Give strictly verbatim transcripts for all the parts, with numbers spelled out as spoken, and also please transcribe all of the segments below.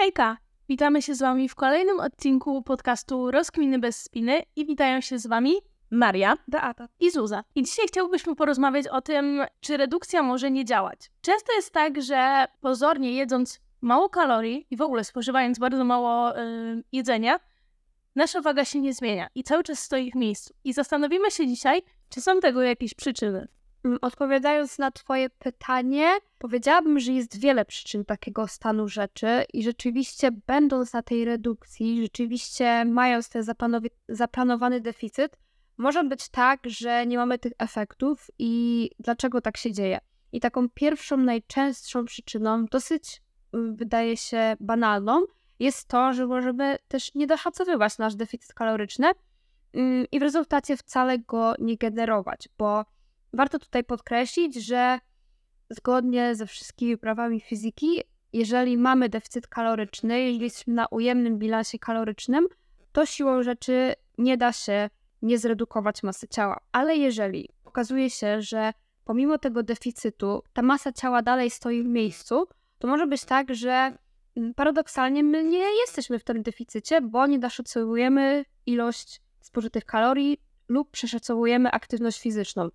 Hejka! Witamy się z Wami w kolejnym odcinku podcastu Rozkminy bez spiny i witają się z Wami Maria, Beata i Zuza. I dzisiaj chciałbyśmy porozmawiać o tym, czy redukcja może nie działać. Często jest tak, że pozornie jedząc mało kalorii i w ogóle spożywając bardzo mało yy, jedzenia, nasza waga się nie zmienia i cały czas stoi w miejscu. I zastanowimy się dzisiaj, czy są tego jakieś przyczyny. Odpowiadając na Twoje pytanie, powiedziałabym, że jest wiele przyczyn takiego stanu rzeczy i rzeczywiście będąc na tej redukcji, rzeczywiście mając ten zaplanowi- zaplanowany deficyt, może być tak, że nie mamy tych efektów i dlaczego tak się dzieje. I taką pierwszą, najczęstszą przyczyną, dosyć wydaje się banalną, jest to, że możemy też niedoszacowywać nasz deficyt kaloryczny i w rezultacie wcale go nie generować, bo warto tutaj podkreślić, że zgodnie ze wszystkimi prawami fizyki, jeżeli mamy deficyt kaloryczny, jeżeli jesteśmy na ujemnym bilansie kalorycznym, to siłą rzeczy nie da się nie zredukować masy ciała. Ale jeżeli okazuje się, że pomimo tego deficytu ta masa ciała dalej stoi w miejscu, to może być tak, że paradoksalnie my nie jesteśmy w tym deficycie, bo nie doszacowujemy ilość spożytych kalorii lub przeszacowujemy aktywność fizyczną.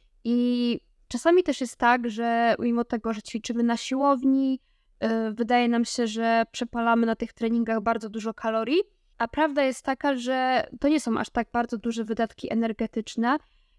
I czasami też jest tak, że mimo tego, że ćwiczymy na siłowni, yy, wydaje nam się, że przepalamy na tych treningach bardzo dużo kalorii, a prawda jest taka, że to nie są aż tak bardzo duże wydatki energetyczne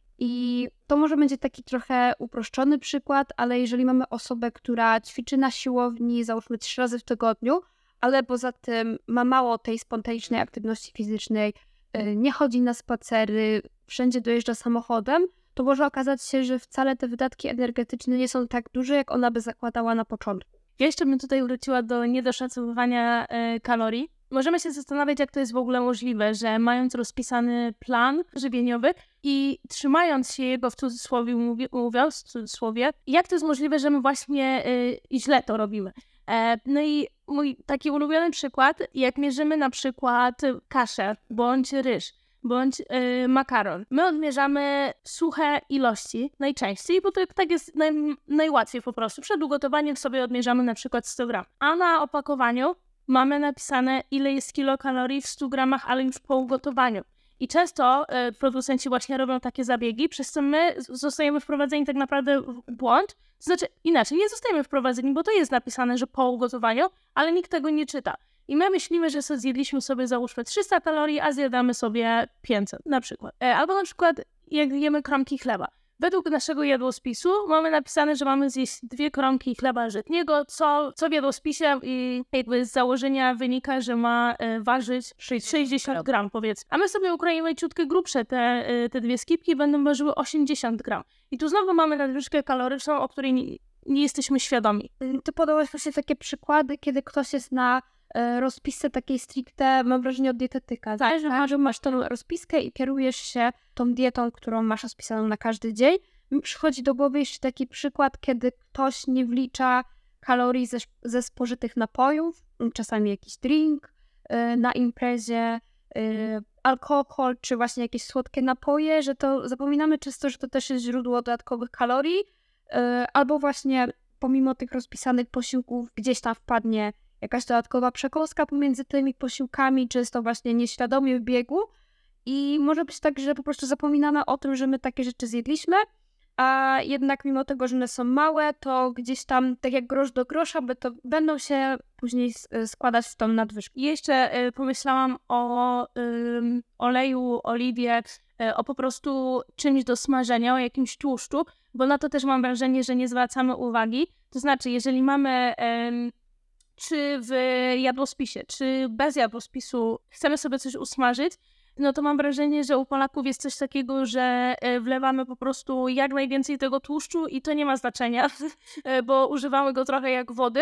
i to może będzie taki trochę uproszczony przykład, ale jeżeli mamy osobę, która ćwiczy na siłowni załóżmy trzy razy w tygodniu, ale poza tym ma mało tej spontanicznej aktywności fizycznej, yy, nie chodzi na spacery, wszędzie dojeżdża samochodem, to może okazać się, że wcale te wydatki energetyczne nie są tak duże, jak ona by zakładała na początku. Ja jeszcze bym tutaj wróciła do niedoszacowywania y, kalorii. Możemy się zastanawiać, jak to jest w ogóle możliwe, że mając rozpisany plan żywieniowy i trzymając się jego, w cudzysłowie mówiąc, w cudzysłowie, jak to jest możliwe, że my właśnie y, źle to robimy. E, no i mój taki ulubiony przykład, jak mierzymy na przykład kaszę bądź ryż, bądź yy, makaron. My odmierzamy suche ilości najczęściej, bo to tak jest naj, najłatwiej po prostu. Przed ugotowaniem sobie odmierzamy na przykład sto gram. A na opakowaniu mamy napisane, ile jest kilokalorii w stu gramach, ale już po ugotowaniu. I często y, producenci właśnie robią takie zabiegi, przez co my zostajemy wprowadzeni tak naprawdę w błąd. To znaczy inaczej, nie zostajemy wprowadzeni, bo to jest napisane, że po ugotowaniu, ale nikt tego nie czyta. I my myślimy, że sobie zjedliśmy sobie załóżmy trzysta kalorii, a zjadamy sobie pięćset na przykład. E, albo na przykład jak jemy kromki chleba. Według naszego jadłospisu mamy napisane, że mamy zjeść dwie kromki chleba żytniego, co, co w jadłospisie i jakby z założenia wynika, że ma e, ważyć sześćdziesiąt gram powiedzmy. A my sobie ukroimy ciutkie grubsze te, e, te dwie skipki i będą ważyły osiemdziesiąt gram. I tu znowu mamy nadwyżkę kaloryczną, o której nie, nie jesteśmy świadomi. Ty podałaś właśnie takie przykłady, kiedy ktoś jest na rozpisce takiej stricte, mam wrażenie, od dietetyka. Tak, że masz, masz tą rozpiskę i kierujesz się tą dietą, którą masz rozpisaną na każdy dzień. Mi przychodzi do głowy jeszcze taki przykład, kiedy ktoś nie wlicza kalorii ze, ze spożytych napojów, czasami jakiś drink yy, na imprezie, yy, alkohol, czy właśnie jakieś słodkie napoje, że to zapominamy często, że to też jest źródło dodatkowych kalorii, yy, albo właśnie pomimo tych rozpisanych posiłków gdzieś tam wpadnie jakaś dodatkowa przekąska pomiędzy tymi posiłkami, często właśnie nieświadomie w biegu i może być tak, że po prostu zapominamy o tym, że my takie rzeczy zjedliśmy, a jednak mimo tego, że one są małe, to gdzieś tam, tak jak grosz do grosza, by to będą się później składać w tą nadwyżkę. I jeszcze y, pomyślałam o y, oleju, oliwie, y, o po prostu czymś do smażenia, o jakimś tłuszczu, bo na to też mam wrażenie, że nie zwracamy uwagi. To znaczy, jeżeli mamy... Y, czy w jadłospisie, czy bez jadłospisu chcemy sobie coś usmażyć, no to mam wrażenie, że u Polaków jest coś takiego, że wlewamy po prostu jak najwięcej tego tłuszczu i to nie ma znaczenia, bo używamy go trochę jak wody,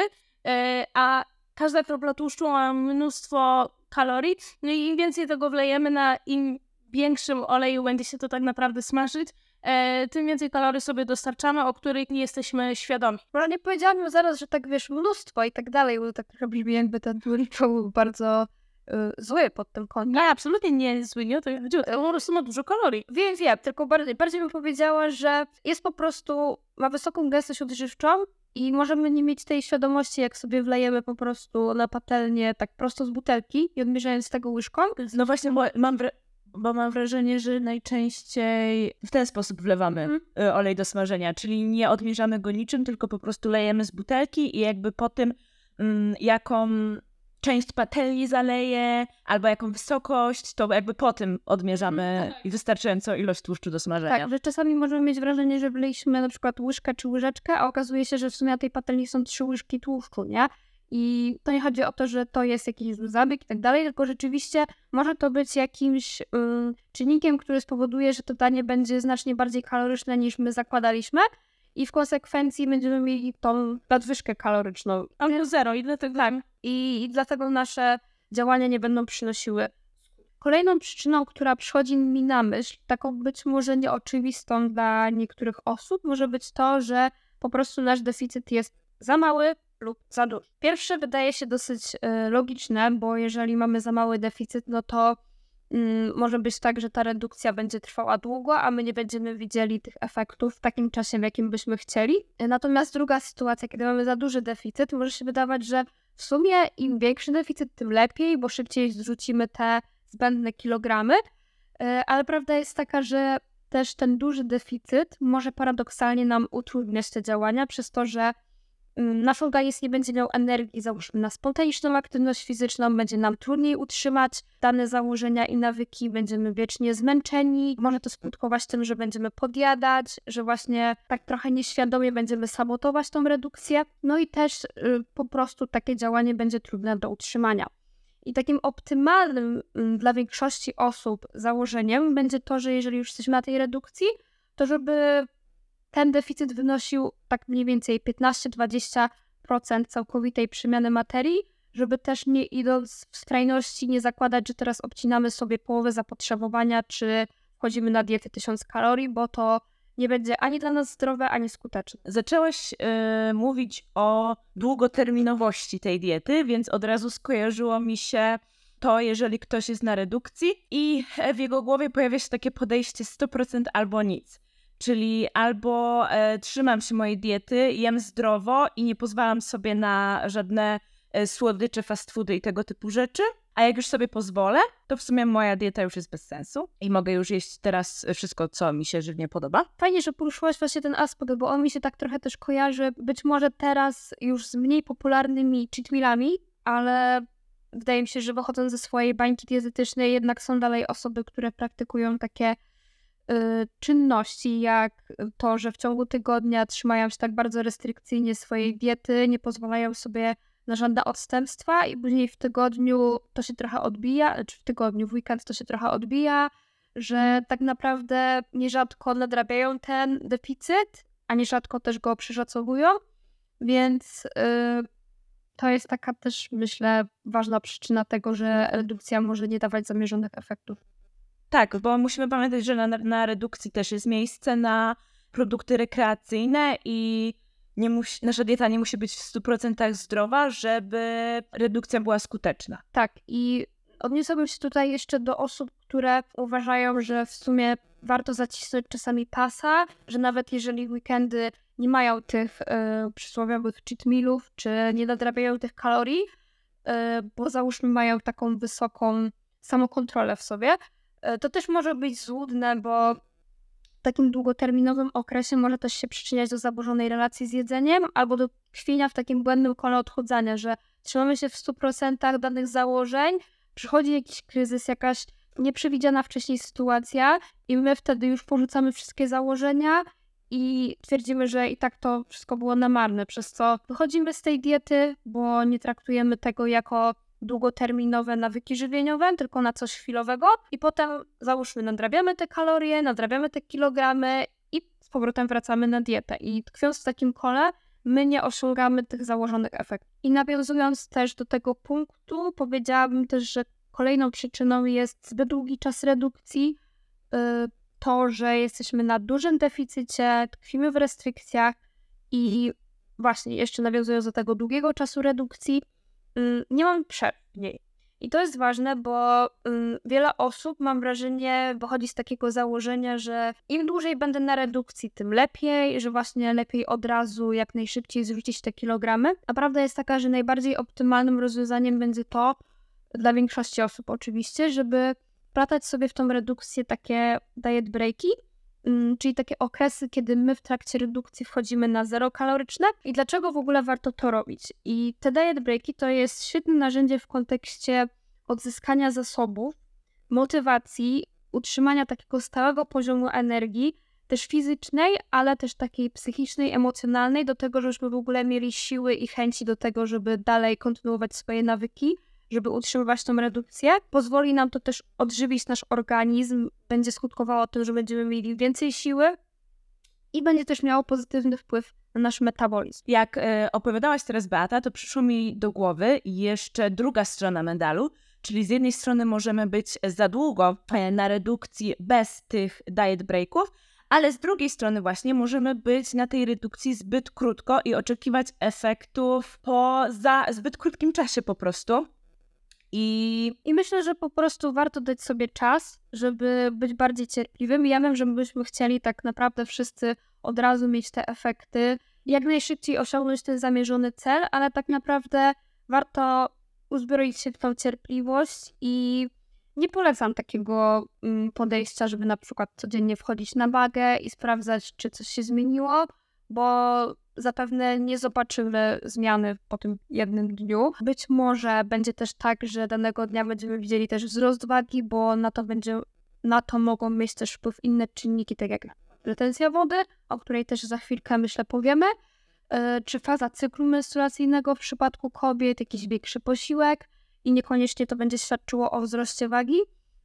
a każda kropla tłuszczu ma mnóstwo kalorii, no i im więcej tego wlejemy, na im większym oleju będzie się to tak naprawdę smażyć, E, tym więcej kalorii sobie dostarczamy, o których nie jesteśmy świadomi. No nie powiedziałam zaraz, że tak wiesz, mnóstwo i tak dalej, bo tak trochę brzmi jakby ten tłuszcz był bardzo y, zły pod tym kątem. Nie, absolutnie nie jest zły, nie? To po prostu ma dużo kalorii. Wiem, wiem, tylko bardziej, bardziej bym powiedziała, że jest po prostu, ma wysoką gęstość odżywczą I możemy nie mieć tej świadomości, jak sobie wlejemy po prostu na patelnię tak prosto z butelki i odmierzając tego łyżką. No właśnie, bo mam, wra- bo mam wrażenie, że najczęściej w ten sposób wlewamy Mhm. y, olej do smażenia, czyli nie odmierzamy go niczym, tylko po prostu lejemy z butelki i jakby po tym, mm, jaką część patelni zaleje, albo jaką wysokość, to jakby po tym odmierzamy i wystarczającą ilość tłuszczu do smażenia. Tak, że czasami możemy mieć wrażenie, że wleiliśmy na przykład łyżkę czy łyżeczkę, a okazuje się, że w sumie na tej patelni są trzy łyżki tłuszczu, nie? I to nie chodzi o to, że to jest jakiś zły zabieg i tak dalej, tylko rzeczywiście może to być jakimś ym, czynnikiem, który spowoduje, że to danie będzie znacznie bardziej kaloryczne niż my zakładaliśmy i w konsekwencji będziemy mieli tą nadwyżkę kaloryczną. Albo zero i dlatego Tak. I, I dlatego nasze działania nie będą przynosiły. Kolejną przyczyną, która przychodzi mi na myśl, taką być może nieoczywistą dla niektórych osób, może być to, że po prostu nasz deficyt jest za mały lub za duży. Pierwsze wydaje się dosyć y, logiczne, bo jeżeli mamy za mały deficyt, no to y, może być tak, że ta redukcja będzie trwała długo, a my nie będziemy widzieli tych efektów w takim czasie, w jakim byśmy chcieli. Natomiast druga sytuacja, kiedy mamy za duży deficyt, może się wydawać, że w sumie im większy deficyt, tym lepiej, bo szybciej zrzucimy te zbędne kilogramy, ale prawda jest taka, że też ten duży deficyt może paradoksalnie nam utrudniać te działania przez to, że nasz organizm nie będzie miał energii, załóżmy, na spontaniczną aktywność fizyczną, będzie nam trudniej utrzymać dane założenia i nawyki, będziemy wiecznie zmęczeni, może to skutkować tym, że będziemy podjadać, że właśnie tak trochę nieświadomie będziemy sabotować tą redukcję, no i też y, po prostu takie działanie będzie trudne do utrzymania. I takim optymalnym y, dla większości osób założeniem będzie to, że jeżeli już jesteśmy na tej redukcji, to żeby ten deficyt wynosił tak mniej więcej piętnaście do dwudziestu procent całkowitej przemiany materii, żeby też nie idąc w skrajności nie zakładać, że teraz obcinamy sobie połowę zapotrzebowania, czy wchodzimy na dietę tysiąc kalorii, bo to nie będzie ani dla nas zdrowe, ani skuteczne. Zaczęłaś y, mówić o długoterminowości tej diety, więc od razu skojarzyło mi się to, jeżeli ktoś jest na redukcji i w jego głowie pojawia się takie podejście sto procent albo nic. Czyli albo e, trzymam się mojej diety, jem zdrowo i nie pozwalam sobie na żadne e, słodycze, fast foody i tego typu rzeczy, a jak już sobie pozwolę, to w sumie moja dieta już jest bez sensu i mogę już jeść teraz wszystko, co mi się żywnie podoba. Fajnie, że poruszyłaś właśnie ten aspekt, bo on mi się tak trochę też kojarzy być może teraz już z mniej popularnymi cheat mealami, ale wydaje mi się, że wychodząc ze swojej bańki dietetycznej jednak są dalej osoby, które praktykują takie czynności, jak to, że w ciągu tygodnia trzymają się tak bardzo restrykcyjnie swojej diety, nie pozwalają sobie na żadne odstępstwa i później w tygodniu to się trochę odbija, czy w tygodniu, w weekend to się trochę odbija, że tak naprawdę nierzadko nadrabiają ten deficyt, a nierzadko też go przeszacowują, więc yy, to jest taka też, myślę, ważna przyczyna tego, że redukcja może nie dawać zamierzonych efektów. Tak, bo musimy pamiętać, że na, na redukcji też jest miejsce na produkty rekreacyjne i nie musi, nasza dieta nie musi być w stu procentach zdrowa, żeby redukcja była skuteczna. Tak, i odniosłabym się tutaj jeszcze do osób, które uważają, że w sumie warto zacisnąć czasami pasa, że nawet jeżeli weekendy nie mają tych y, przysłowiowych cheat mealów, czy nie nadrabiają tych kalorii, y, bo załóżmy mają taką wysoką samokontrolę w sobie, to też może być złudne, bo w takim długoterminowym okresie może też się przyczyniać do zaburzonej relacji z jedzeniem albo do tkwienia w takim błędnym kole odchudzania, że trzymamy się w stu procentach danych założeń, przychodzi jakiś kryzys, jakaś nieprzewidziana wcześniej sytuacja i my wtedy już porzucamy wszystkie założenia i twierdzimy, że i tak to wszystko było na marne, przez co wychodzimy z tej diety, bo nie traktujemy tego jako długoterminowe nawyki żywieniowe, tylko na coś chwilowego i potem załóżmy nadrabiamy te kalorie, nadrabiamy te kilogramy i z powrotem wracamy na dietę i tkwiąc w takim kole my nie osiągamy tych założonych efektów. I nawiązując też do tego punktu, powiedziałabym też, że kolejną przyczyną jest zbyt długi czas redukcji, to, że jesteśmy na dużym deficycie, tkwimy w restrykcjach i właśnie jeszcze nawiązując do tego długiego czasu redukcji, nie mam przerw w niej. I to jest ważne, bo ym, wiele osób, mam wrażenie, wychodzi z takiego założenia, że im dłużej będę na redukcji, tym lepiej, że właśnie lepiej od razu, jak najszybciej zrzucić te kilogramy. A prawda jest taka, że najbardziej optymalnym rozwiązaniem będzie to, dla większości osób oczywiście, żeby wplatać sobie w tą redukcję takie diet breaki, ym, czyli takie okresy, kiedy my w trakcie redukcji wchodzimy na zero kaloryczne i dlaczego w ogóle warto to robić. I te diet breaki to jest świetne narzędzie w kontekście odzyskania zasobów, motywacji, utrzymania takiego stałego poziomu energii, też fizycznej, ale też takiej psychicznej, emocjonalnej, do tego, żebyśmy w ogóle mieli siły i chęci do tego, żeby dalej kontynuować swoje nawyki, żeby utrzymywać tą redukcję. Pozwoli nam to też odżywić nasz organizm, będzie skutkowało tym, że będziemy mieli więcej siły i będzie też miało pozytywny wpływ na nasz metabolizm. Jak e, opowiadałaś teraz, Beata, to przyszło mi do głowy jeszcze druga strona medalu, czyli z jednej strony możemy być za długo e, na redukcji bez tych diet breaków, ale z drugiej strony właśnie możemy być na tej redukcji zbyt krótko i oczekiwać efektów po za zbyt krótkim czasie po prostu. I, I myślę, że po prostu warto dać sobie czas, żeby być bardziej cierpliwym. Ja wiem, że my byśmy chcieli tak naprawdę wszyscy od razu mieć te efekty, jak najszybciej osiągnąć ten zamierzony cel, ale tak naprawdę warto uzbroić się w tą cierpliwość i nie polecam takiego mm, podejścia, żeby na przykład codziennie wchodzić na wagę i sprawdzać, czy coś się zmieniło, bo zapewne nie zobaczymy zmiany po tym jednym dniu. Być może będzie też tak, że danego dnia będziemy widzieli też wzrost wagi, bo na to będzie, na to mogą mieć też wpływ inne czynniki, tak jak retencja wody, o której też za chwilkę, myślę, powiemy, yy, czy faza cyklu menstruacyjnego w przypadku kobiet, jakiś większy posiłek i niekoniecznie to będzie świadczyło o wzroście wagi.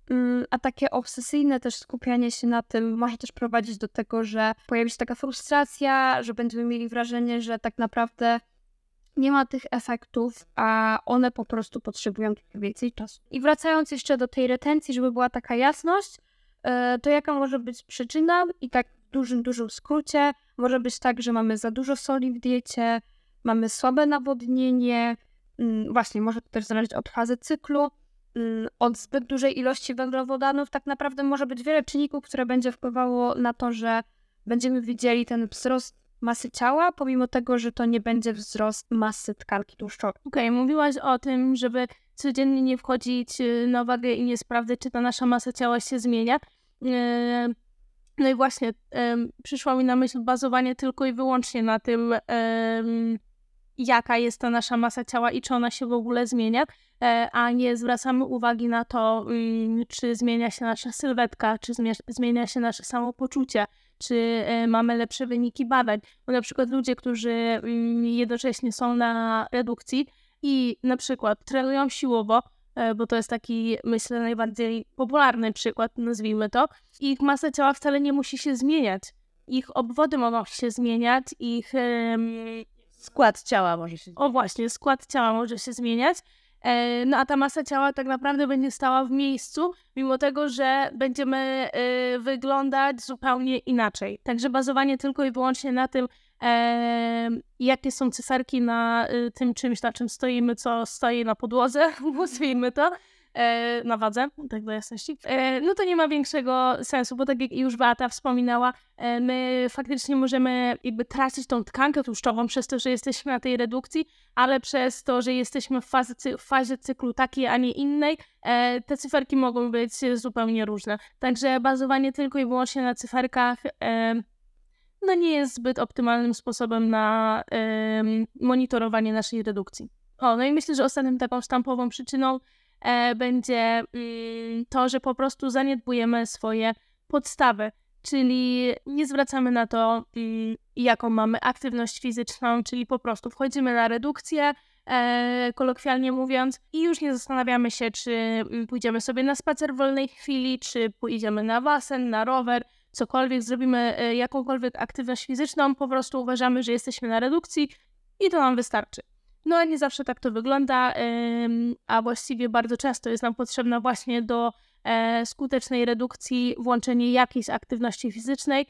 A takie obsesyjne też skupianie się na tym może też prowadzić do tego, że pojawi się taka frustracja, że będziemy mieli wrażenie, że tak naprawdę nie ma tych efektów, a one po prostu potrzebują trochę więcej czasu. I wracając jeszcze do tej retencji, żeby była taka jasność, to jaka może być przyczyna? I tak w dużym, dużym skrócie może być tak, że mamy za dużo soli w diecie, mamy słabe nawodnienie, właśnie może to też zależeć od fazy cyklu, od zbyt dużej ilości węglowodanów. Tak naprawdę może być wiele czynników, które będzie wpływało na to, że będziemy widzieli ten wzrost masy ciała, pomimo tego, że to nie będzie wzrost masy tkanki tłuszczowej. Okej, okay, mówiłaś o tym, żeby codziennie nie wchodzić na wagę i nie sprawdzać, czy ta nasza masa ciała się zmienia. No i właśnie przyszło mi na myśl bazowanie tylko i wyłącznie na tym, jaka jest ta nasza masa ciała i czy ona się w ogóle zmienia, a nie zwracamy uwagi na to, czy zmienia się nasza sylwetka, czy zmienia się nasze samopoczucie, czy mamy lepsze wyniki badań. Bo na przykład ludzie, którzy jednocześnie są na redukcji i na przykład trenują siłowo, bo to jest taki, myślę, najbardziej popularny przykład, nazwijmy to, ich masa ciała wcale nie musi się zmieniać. Ich obwody mogą się zmieniać, ich... Skład ciała może się... O właśnie, skład ciała może się zmieniać, e, no a ta masa ciała tak naprawdę będzie stała w miejscu, mimo tego, że będziemy e, wyglądać zupełnie inaczej. Także bazowanie tylko i wyłącznie na tym, e, jakie są cyferki na e, tym czymś, na czym stoimy, co stoi na podłodze, nazwijmy to, e, na wadze, tak do jasności, e, no to nie ma większego sensu, bo tak jak już Beata wspominała, e, my faktycznie możemy jakby tracić tą tkankę tłuszczową przez to, że jesteśmy na tej redukcji, ale przez to, że jesteśmy w fazie, cy- w fazie cyklu takiej, a nie innej, e, te cyferki mogą być zupełnie różne. Także bazowanie tylko i wyłącznie na cyferkach e, no nie jest zbyt optymalnym sposobem na e, monitorowanie naszej redukcji. O, no i myślę, że ostatnią taką sztampową przyczyną E, będzie y, to, że po prostu zaniedbujemy swoje podstawy, czyli nie zwracamy na to, y, jaką mamy aktywność fizyczną, czyli po prostu wchodzimy na redukcję, e, kolokwialnie mówiąc, i już nie zastanawiamy się, czy y, pójdziemy sobie na spacer w wolnej chwili, czy pójdziemy na basen, na rower, cokolwiek, zrobimy y, jakąkolwiek aktywność fizyczną, po prostu uważamy, że jesteśmy na redukcji i to nam wystarczy. No a nie zawsze tak to wygląda, a właściwie bardzo często jest nam potrzebna właśnie do skutecznej redukcji włączenie jakiejś aktywności fizycznej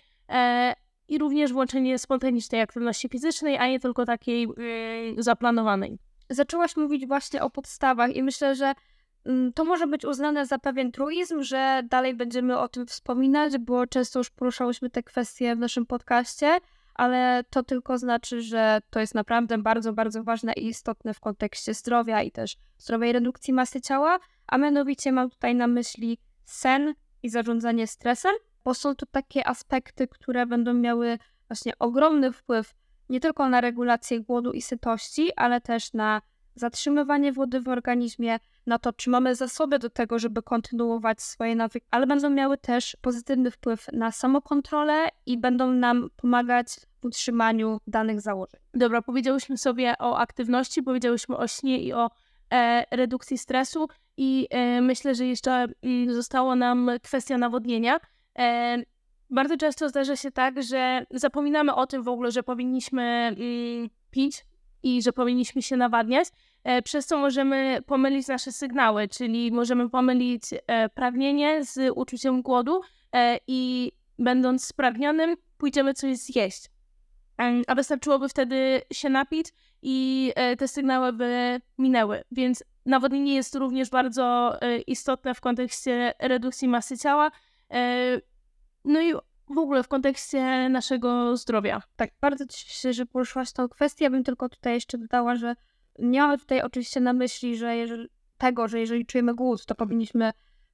i również włączenie spontanicznej aktywności fizycznej, a nie tylko takiej zaplanowanej. Zaczęłaś mówić właśnie o podstawach i myślę, że to może być uznane za pewien truizm, że dalej będziemy o tym wspominać, bo często już poruszałyśmy te kwestie w naszym podcaście, ale to tylko znaczy, że to jest naprawdę bardzo, bardzo ważne i istotne w kontekście zdrowia i też zdrowej redukcji masy ciała, a mianowicie mam tutaj na myśli sen i zarządzanie stresem, bo są to takie aspekty, które będą miały właśnie ogromny wpływ nie tylko na regulację głodu i sytości, ale też na zatrzymywanie wody w organizmie, na to, czy mamy zasoby do tego, żeby kontynuować swoje nawyki, ale będą miały też pozytywny wpływ na samokontrolę i będą nam pomagać w utrzymaniu danych założeń. Dobra, powiedziałyśmy sobie o aktywności, powiedziałyśmy o śnie i o e, redukcji stresu i e, myślę, że jeszcze e, zostało nam kwestia nawodnienia. E, bardzo często zdarza się tak, że zapominamy o tym w ogóle, że powinniśmy mm, pić i że powinniśmy się nawadniać, e, przez co możemy pomylić nasze sygnały, czyli możemy pomylić e, pragnienie z uczuciem głodu e, i będąc spragnionym pójdziemy coś zjeść. E, a wystarczyłoby wtedy się napić i e, te sygnały by minęły, więc nawodnienie jest również bardzo e, istotne w kontekście redukcji masy ciała, e, no i w ogóle w kontekście naszego zdrowia. Tak, bardzo cieszę się, że poruszyłaś tą kwestię. Ja bym tylko tutaj jeszcze dodała, że nie mamy tutaj oczywiście na myśli, że jeżeli, tego, że jeżeli czujemy głód, to powinniśmy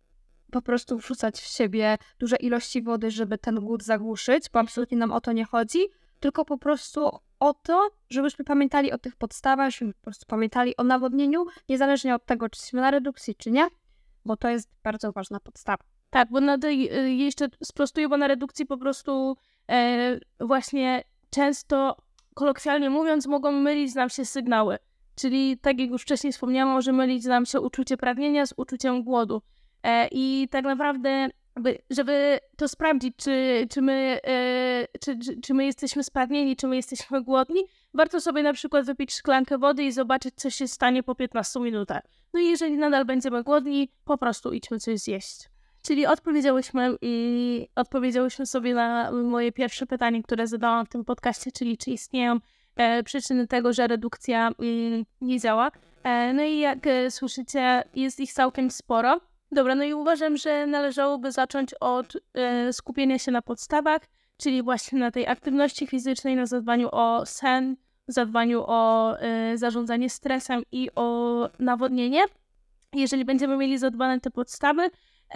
po prostu wrzucać w siebie duże ilości wody, żeby ten głód zagłuszyć, bo absolutnie nam o to nie chodzi, tylko po prostu o to, żebyśmy pamiętali o tych podstawach, żebyśmy po prostu pamiętali o nawodnieniu, niezależnie od tego, czy jesteśmy na redukcji, czy nie, bo to jest bardzo ważna podstawa. Tak, bo na tej, jeszcze sprostuję, bo na redukcji po prostu e, właśnie często, kolokwialnie mówiąc, mogą mylić nam się sygnały. Czyli tak jak już wcześniej wspomniałam, może mylić nam się uczucie pragnienia z uczuciem głodu. E, I tak naprawdę, żeby to sprawdzić, czy, czy, my, e, czy, czy, czy my jesteśmy spragnieni, czy my jesteśmy głodni, warto sobie na przykład wypić szklankę wody i zobaczyć, co się stanie po piętnastu minutach. No i jeżeli nadal będziemy głodni, po prostu idźmy coś zjeść. Czyli odpowiedziałyśmy, i odpowiedziałyśmy sobie na moje pierwsze pytanie, które zadałam w tym podcaście, czyli czy istnieją e, przyczyny tego, że redukcja e, nie działa. E, no i jak e, słyszycie, jest ich całkiem sporo. Dobra, no i uważam, że należałoby zacząć od e, skupienia się na podstawach, czyli właśnie na tej aktywności fizycznej, na zadbaniu o sen, zadbaniu o e, zarządzanie stresem i o nawodnienie. Jeżeli będziemy mieli zadbane te podstawy,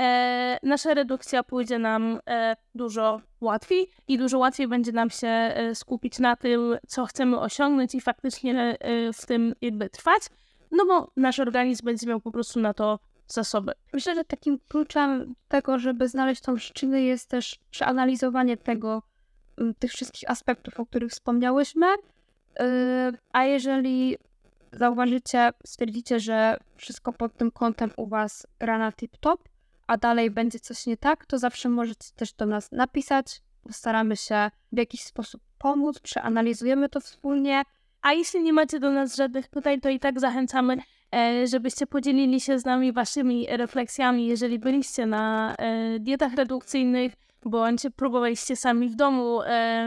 E, nasza redukcja pójdzie nam e, dużo łatwiej i dużo łatwiej będzie nam się e, skupić na tym, co chcemy osiągnąć i faktycznie e, w tym jakby trwać, no bo nasz organizm będzie miał po prostu na to zasoby. Myślę, że takim kluczem tego, żeby znaleźć tą przyczynę, jest też przeanalizowanie tego, tych wszystkich aspektów, o których wspomniałyśmy, yy, a jeżeli zauważycie, stwierdzicie, że wszystko pod tym kątem u was gra na tip-top, a dalej będzie coś nie tak, to zawsze możecie też do nas napisać. Postaramy się w jakiś sposób pomóc, przeanalizujemy to wspólnie. A jeśli nie macie do nas żadnych pytań, to i tak zachęcamy, żebyście podzielili się z nami waszymi refleksjami, jeżeli byliście na dietach redukcyjnych, bądź próbowaliście sami w domu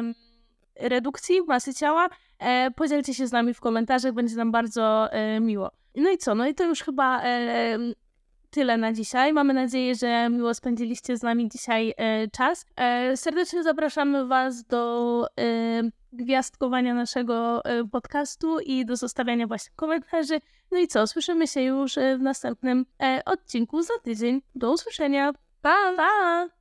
redukcji masy ciała, podzielcie się z nami w komentarzach, będzie nam bardzo miło. No i co? No i to już chyba tyle na dzisiaj. Mamy nadzieję, że miło spędziliście z nami dzisiaj e, czas. E, serdecznie zapraszamy was do e, gwiazdkowania naszego e, podcastu i do zostawiania właśnie komentarzy. No i co? Słyszymy się już w następnym e, odcinku za tydzień. Do usłyszenia. Pa! Pa!